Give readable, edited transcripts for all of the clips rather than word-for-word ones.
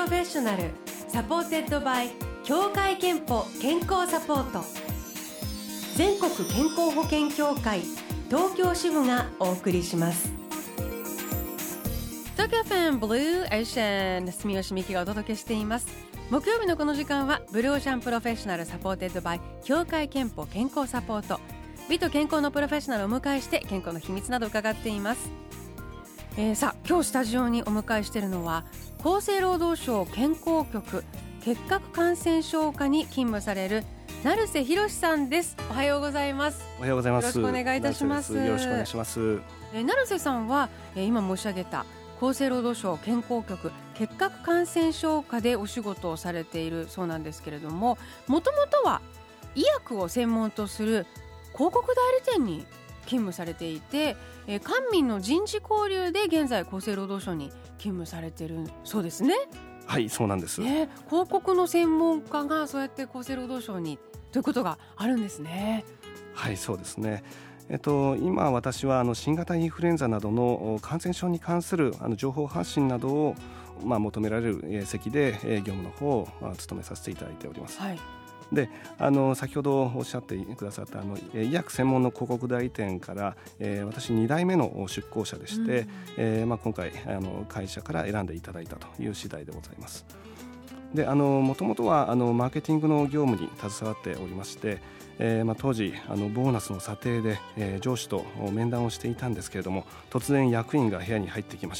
ロフェッショナルサポーテッドバイ協会憲法健康サポート、全国健康保険協会東京支部がお送りします。東京フェンブルーエーシャン、住吉美希がお届けしています。木曜日のこの時間はブルーオーシャンプロフェッショナルサポーテッドバイ協会憲法健康サポート、美と健康のプロフェッショナルをお迎えして健康の秘密など伺っています。さあ今日スタジオにお迎えしているのは厚生労働省健康局結核感染症科に勤務される成瀬博さんです。おはようございます。 おはようございます。 よろしくお願いいたします。 よろしくお願いします。 成瀬さんは、今申し上げた厚生労働省健康局結核感染症科でお仕事をされているそうなんですけれども、もともとは医薬を専門とする広告代理店に勤務されていて、官民の人事交流で現在厚生労働省に勤務されているそうですね。 はい、そうなんです。 広告の専門家がそうやって厚生労働省にということがあるんですね。 はい、そうですね。今私は新型インフルエンザなどの感染症に関する情報発信などを、求められる席で業務の方を務めさせていただいております。 はい。 で先ほどおっしゃってくださった医薬専門の広告代理店から、私2代目の出向者でして、今回会社から選んでいただいたという次第でございます。でもともとはマーケティングの業務に携わっておりまして、当時ボーナスの査定で、上司と面談をしていたんですけれども、突然役員が部屋に入ってきまして、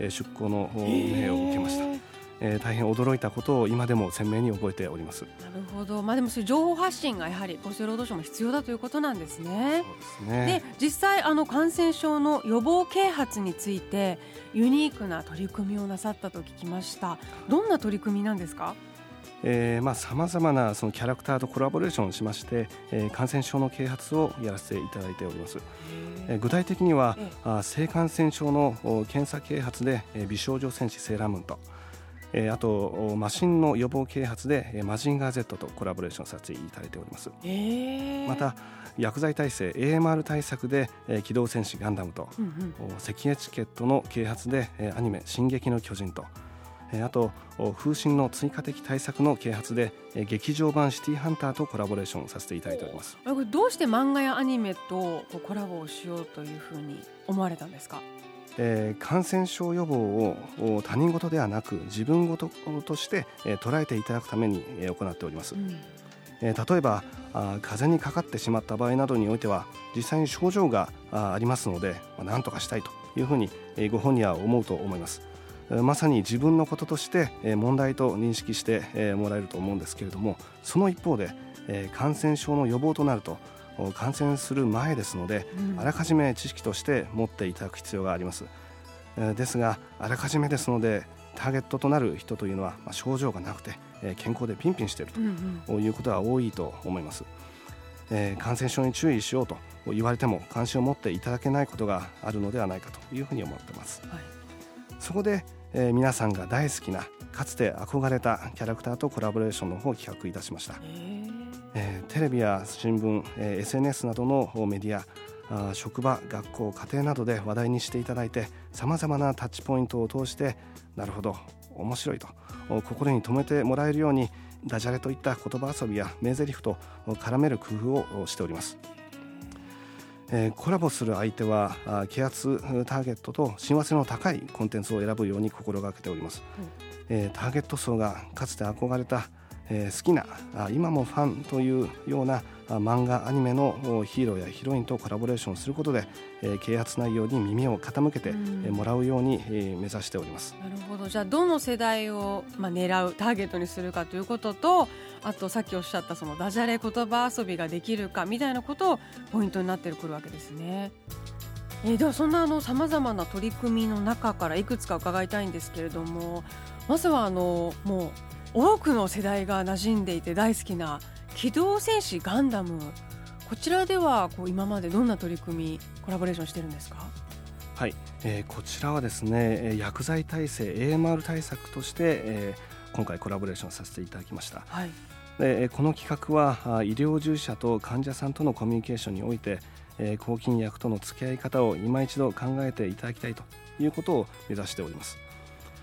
出向の命を受けました。大変驚いたことを今でも鮮明に覚えております。 なるほど。でもそういう情報発信がやはり厚生労働省も必要だということなんですね。 そうですね。 で実際感染症の予防啓発についてユニークな取り組みをなさったと聞きました。どんな取り組みなんですか？ さまざまなそのキャラクターとコラボレーションしまして、感染症の啓発をやらせていただいております。具体的には性感染症の検査啓発で美少女戦士セーラームーンと、あとマシンの予防啓発でマジンガー Z とコラボレーションさせていただいております。また薬剤耐性 AMR 対策で機動戦士ガンダムと、咳エチケットの啓発でアニメ進撃の巨人と、あと風疹の追加的対策の啓発で劇場版シティハンターとコラボレーションさせていただいております。 どうして漫画やアニメとコラボをしようというふうに思われたんですか？ 感染症予防を他人事ではなく自分事として捉えていただくために行っております。例えば風邪にかかってしまった場合などにおいては実際に症状がありますので、何とかしたいというふうにご本人は思うと思います。まさに自分のこととして問題と認識してもらえると思うんですけれども、その一方で感染症の予防となると感染する前ですので、あらかじめ知識として持っていただく必要があります。ですがあらかじめですのでターゲットとなる人というのは症状がなくて健康でピンピンしているということが多いと思います。感染症に注意しようと言われても関心を持っていただけないことがあるのではないかというふうに思っています。そこで皆さんが大好きなかつて憧れたキャラクターとコラボレーションの方を企画いたしました。テレビや新聞、SNS などのメディア、職場、学校、家庭などで話題にしていただいて、さまざまなタッチポイントを通してなるほど面白いと心に留めてもらえるようにダジャレといった言葉遊びや名台詞と絡める工夫をしております。コラボする相手は啓発ターゲットと親和性の高いコンテンツを選ぶように心がけております。ターゲット層がかつて憧れた好きな今もファンというような漫画アニメのヒーローやヒロインとコラボレーションすることで啓発内容に耳を傾けてもらうように目指しております。 なるほど。じゃあどの世代を狙うターゲットにするかということと、あとさっきおっしゃったそのダジャレ言葉遊びができるかみたいなことをポイントになってくるわけですね。ではそんなさまざまな取り組みの中からいくつか伺いたいんですけれども、まずはもう多くの世代が馴染んでいて大好きな機動戦士ガンダム、こちらでは今までどんな取り組みコラボレーションしてるんですか？ はい、こちらはですね薬剤耐性 AMR 対策として、今回コラボレーションさせていただきました。でこの企画は医療従事者と患者さんとのコミュニケーションにおいて、抗菌薬との付き合い方を今一度考えていただきたいということを目指しております。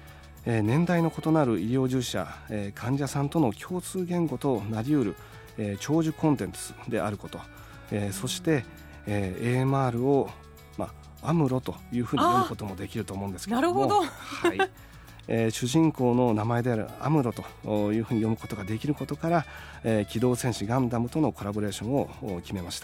年代の異なる医療従事者、患者さんとの共通言語となり得る、長寿コンテンツであること、そして、AMR を、アムロというふうに読むこともできると思うんですけれども、 なるほど、 はい主人公の名前であるアムロというふうに読むことができることから、機動戦士ガンダムとのコラボレーションを決めました。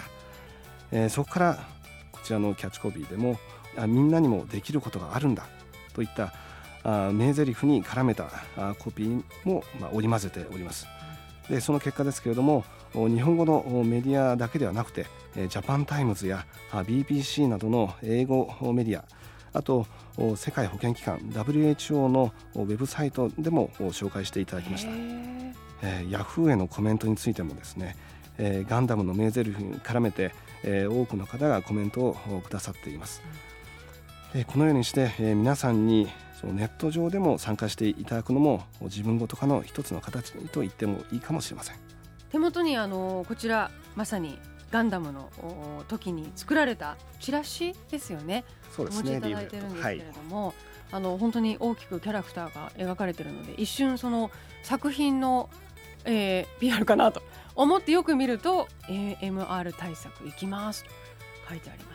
そこからこちらのキャッチコピーでもみんなにもできることがあるんだといった名台詞に絡めたコピーも織り交ぜております。でその結果ですけれども、日本語のメディアだけではなくてジャパンタイムズや BBC などの英語メディア、あと世界保健機関 WHO のウェブサイトでも紹介していただきました。ヤフーへのコメントについてもですね、ガンダムの名台詞に絡めて、多くの方がコメントをくださっています。このようにして、皆さんにネット上でも参加していただくのも自分ごと化の一つの形と言ってもいいかもしれません。 手元にこちらまさにガンダムの時に作られたチラシですよね。 そうですね、 お持ちいただいてるんですけれども、本当に大きくキャラクターが描かれているので、一瞬その作品の、PR かなと思ってよく見ると AMR 対策いきますと書いてあります。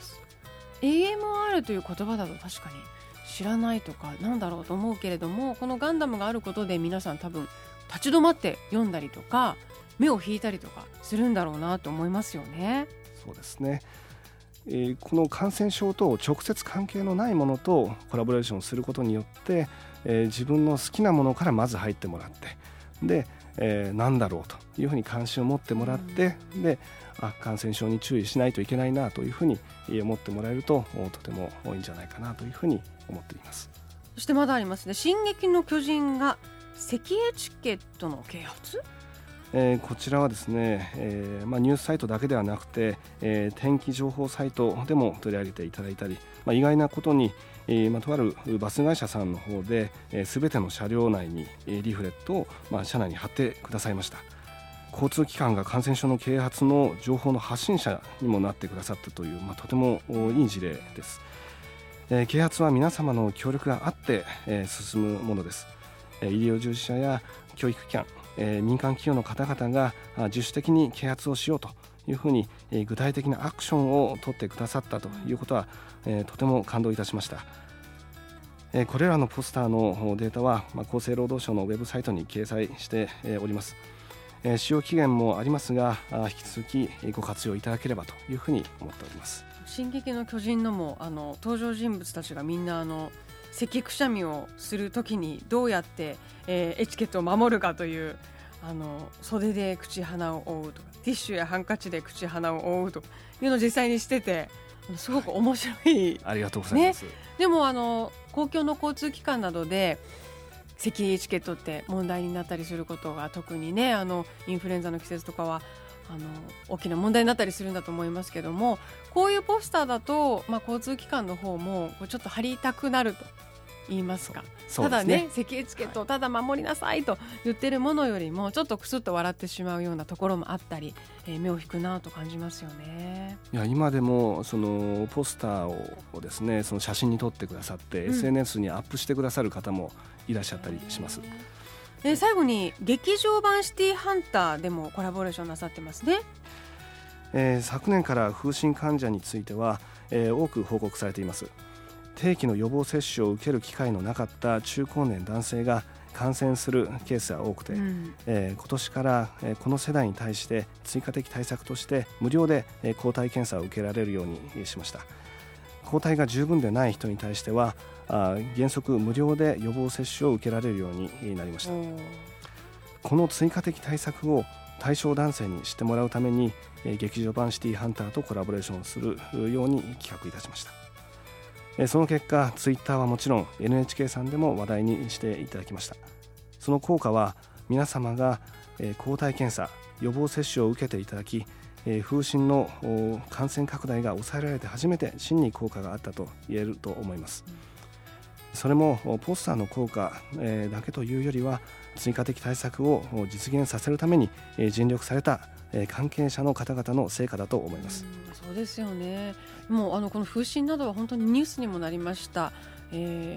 AMR という言葉だと確かに知らないとかなんだろうと思うけれども、このガンダムがあることで皆さん多分立ち止まって読んだりとか目を引いたりとかするんだろうなと思いますよね。 そうですね、この感染症と直接関係のないものとコラボレーションすることによって、自分の好きなものからまず入ってもらって、で、何だろうというふうに関心を持ってもらって、で感染症に注意しないといけないなというふうに思ってもらえるととてもいいんじゃないかなというふうに思っています。 そしてまだありますね。進撃の巨人が赤エチケットの啓発、 こちらはですね、ニュースサイトだけではなくて、天気情報サイトでも取り上げていただいたり、意外なことに、とあるバス会社さんの方で、全ての車両内にリーフレットを、車内に貼ってくださいました。交通機関が感染症の啓発の情報の発信者にもなってくださったという、とてもいい事例です。啓発は皆様の協力があって、進むものです。医療従事者や教育機関、民間企業の方々が自主的に啓発をしようというふうに、具体的なアクションを取ってくださったということは、とても感動いたしました。これらのポスターのデータは、厚生労働省のウェブサイトに掲載しております。使用期限もありますが、引き続きご活用いただければというふうに思っております。 進撃の巨人のも登場人物たちがみんな咳くしゃみをするときにどうやって、エチケットを守るかという袖で口鼻を覆うとかティッシュやハンカチで口鼻を覆うというのを実際にしててすごく面白い、 ありがとうございます、 でも公共の交通機関などで咳エチケットって問題になったりすることが特にねインフルエンザの季節とかは大きな問題になったりするんだと思いますけども、こういうポスターだと、交通機関の方もちょっと貼りたくなると言いますか、ただね咳エチケットをただ守りなさいと言ってるものよりもちょっとクスッと笑ってしまうようなところもあったり、目を引くなと感じますよね。 いや今でもそのポスターをですね、その写真に撮ってくださって、SNS にアップしてくださる方もいらっしゃったりします。 最後に劇場版シティハンターでもコラボレーションなさってますね。 昨年から風疹患者については、多く報告されています。定期の予防接種を受ける機会のなかった中高年男性が感染するケースが多くて、今年から、この世代に対して追加的対策として無料で、抗体検査を受けられるようにしました。抗体が十分でない人に対しては原則無料で予防接種を受けられるようになりました。この追加的対策を対象男性に知ってもらうために、劇場版シティハンターとコラボレーションするように企画いたしました。その結果ツイッターはもちろん NHK さんでも話題にしていただきました。その効果は皆様が抗体検査予防接種を受けていただき、風疹の感染拡大が抑えられて初めて真に効果があったと言えると思います。それもポスターの効果だけというよりは追加的対策を実現させるために尽力された関係者の方々の成果だと思います。 そうですよね。もうこの風疹などは本当にニュースにもなりました、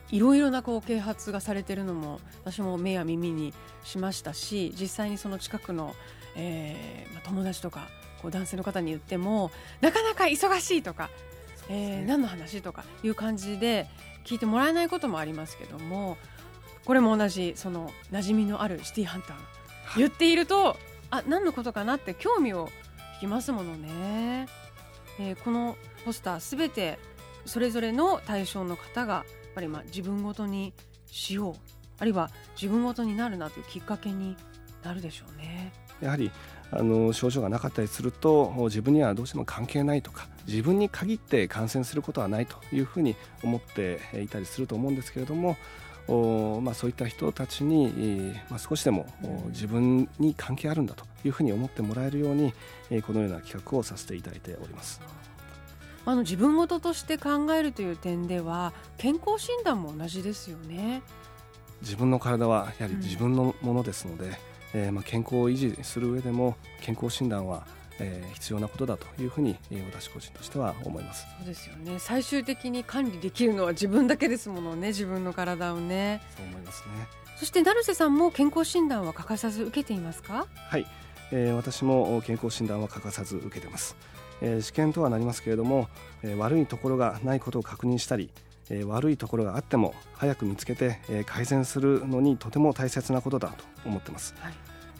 いろいろな啓発がされているのも私も目や耳にしましたし、実際にその近くの、友達とか男性の方に言ってもなかなか忙しいとか、何の話とかいう感じで聞いてもらえないこともありますけども、これも同じその馴染みのあるシティハンターが言っていると、何のことかなって興味を引きますものね。このポスターすべてそれぞれの対象の方がやっぱり自分ごとにしよう、あるいは自分ごとになるなというきっかけになるでしょうね。 やはり症状がなかったりすると自分にはどうしても関係ないとか、自分に限って感染することはないというふうに思っていたりすると思うんですけれども、そういった人たちに、少しでも自分に関係あるんだというふうに思ってもらえるように、このような企画をさせていただいております。 自分事として考えるという点では健康診断も同じですよね。 自分の体はやはり自分のものですので、健康を維持する上でも健康診断は必要なことだというふうに私個人としては思います。 そうですよね。最終的に管理できるのは自分だけですものね、自分の体をね。 そう思いますね。 そして成瀬さんも健康診断は欠かさず受けていますか？ はい、私も健康診断は欠かさず受けています。試験とはなりますけれども、悪いところがないことを確認したり、悪いところがあっても早く見つけて、改善するのにとても大切なことだと思っています。はい、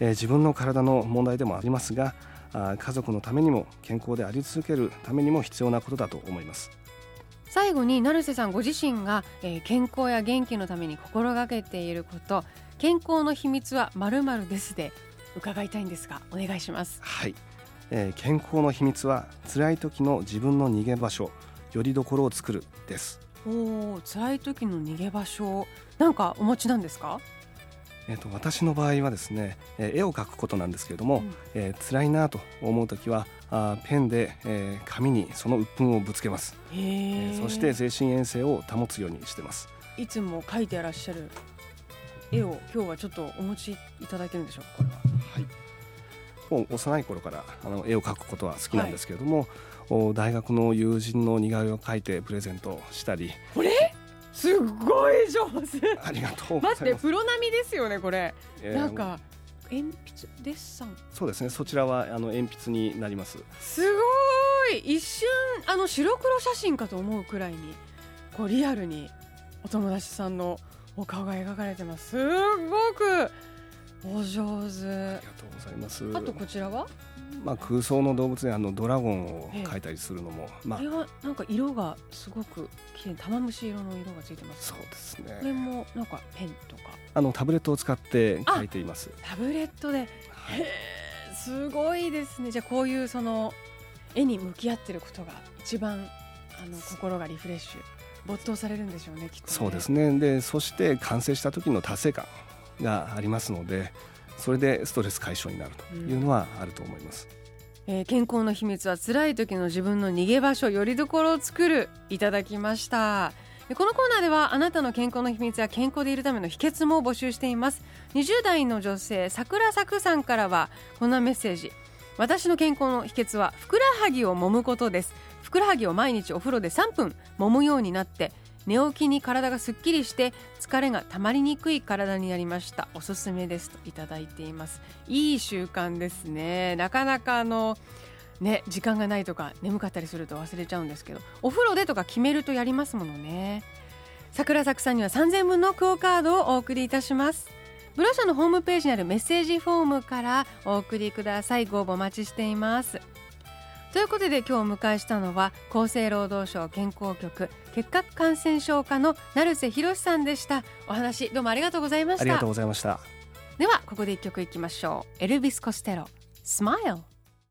自分の体の問題でもありますが、家族のためにも健康であり続けるためにも必要なことだと思います。 最後に成瀬さんご自身が、健康や元気のために心がけていること、健康の秘密は〇〇ですで伺いたいんですがお願いします。 はい、健康の秘密は辛い時の自分の逃げ場所、よりどころを作るです。 辛い時の逃げ場所、なんかお持ちなんですか？ 私の場合はですね、絵を描くことなんですけれども、辛いなと思うときはペンで、紙にその鬱憤をぶつけます。そして精神衛生を保つようにしてます。 いつも描いていらっしゃる絵を今日はちょっとお持ちいただいてるんでしょうか？これは、 はい、もう幼い頃から絵を描くことは好きなんですけれども、大学の友人の似顔絵を描いてプレゼントしたり。 これすごい上手。 ありがとうございます。 待って、プロ並みですよねこれ。なんか鉛筆デッサン。 そうですね、そちらは鉛筆になります。 すごい、一瞬白黒写真かと思うくらいにリアルにお友達さんのお顔が描かれてます。すごくお上手。ありがとうございます。 あとこちらは、 空想の動物でドラゴンを描いたりするのも、 これはなんか色がすごく綺麗、玉虫色の色がついてます。 そうですね。 これもなんかペンとかタブレットを使って描いています。 タブレットで、すごいですね。じゃあこういうその絵に向き合ってることが一番心がリフレッシュ、没頭されるんでしょうね、きっとね。 そうですね。でそして完成した時の達成感がありますので、それでストレス解消になるというのはあると思います。 健康の秘密は辛い時の自分の逃げ場所、よりどころを作る、いただきました。このコーナーではあなたの健康の秘密や健康でいるための秘訣も募集しています。20代の女性桜咲さんからはこんなメッセージ。私の健康の秘訣はふくらはぎを揉むことです。ふくらはぎを毎日お風呂で3分揉むようになって寝起きに体がすっきりして疲れがたまりにくい体になりました。おすすめですといただいています。いい習慣ですね。なかなか時間がないとか眠かったりすると忘れちゃうんですけど、お風呂でとか決めるとやりますものね。桜咲さんには3000分のクオカードをお送りいたします。ブロシャのホームページにあるメッセージフォームからお送りください。ご応募お待ちしています。ということで今日お迎えしたのは厚生労働省健康局結核感染症科の成瀬博さんでした。お話どうもありがとうございました。 ありがとうございました。 ではここで一曲いきましょう。エルビス・コステロ、スマイル。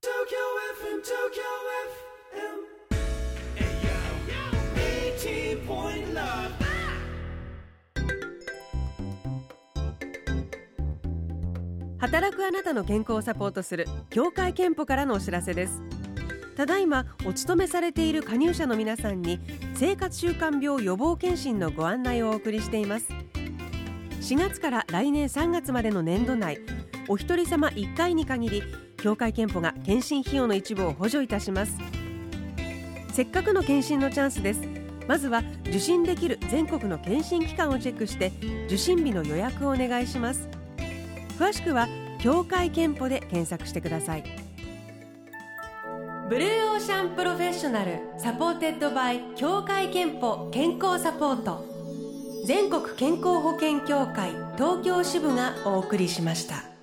働くあなたの健康をサポートする協会憲法からのお知らせです。ただいまお勤めされている加入者の皆さんに生活習慣病予防検診のご案内をお送りしています。4月から来年3月までの年度内、お一人様1回に限り協会憲法が検診費用の一部を補助いたします。せっかくの検診のチャンスです。 まずは受診できる全国の検診機関をチェックして受診日の予約をお願いします。詳しくは協会憲法で検索してください。ブルーオーシャンプロフェッショナルサポーテッドバイ協会憲法健康サポート、全国健康保険協会東京支部がお送りしました。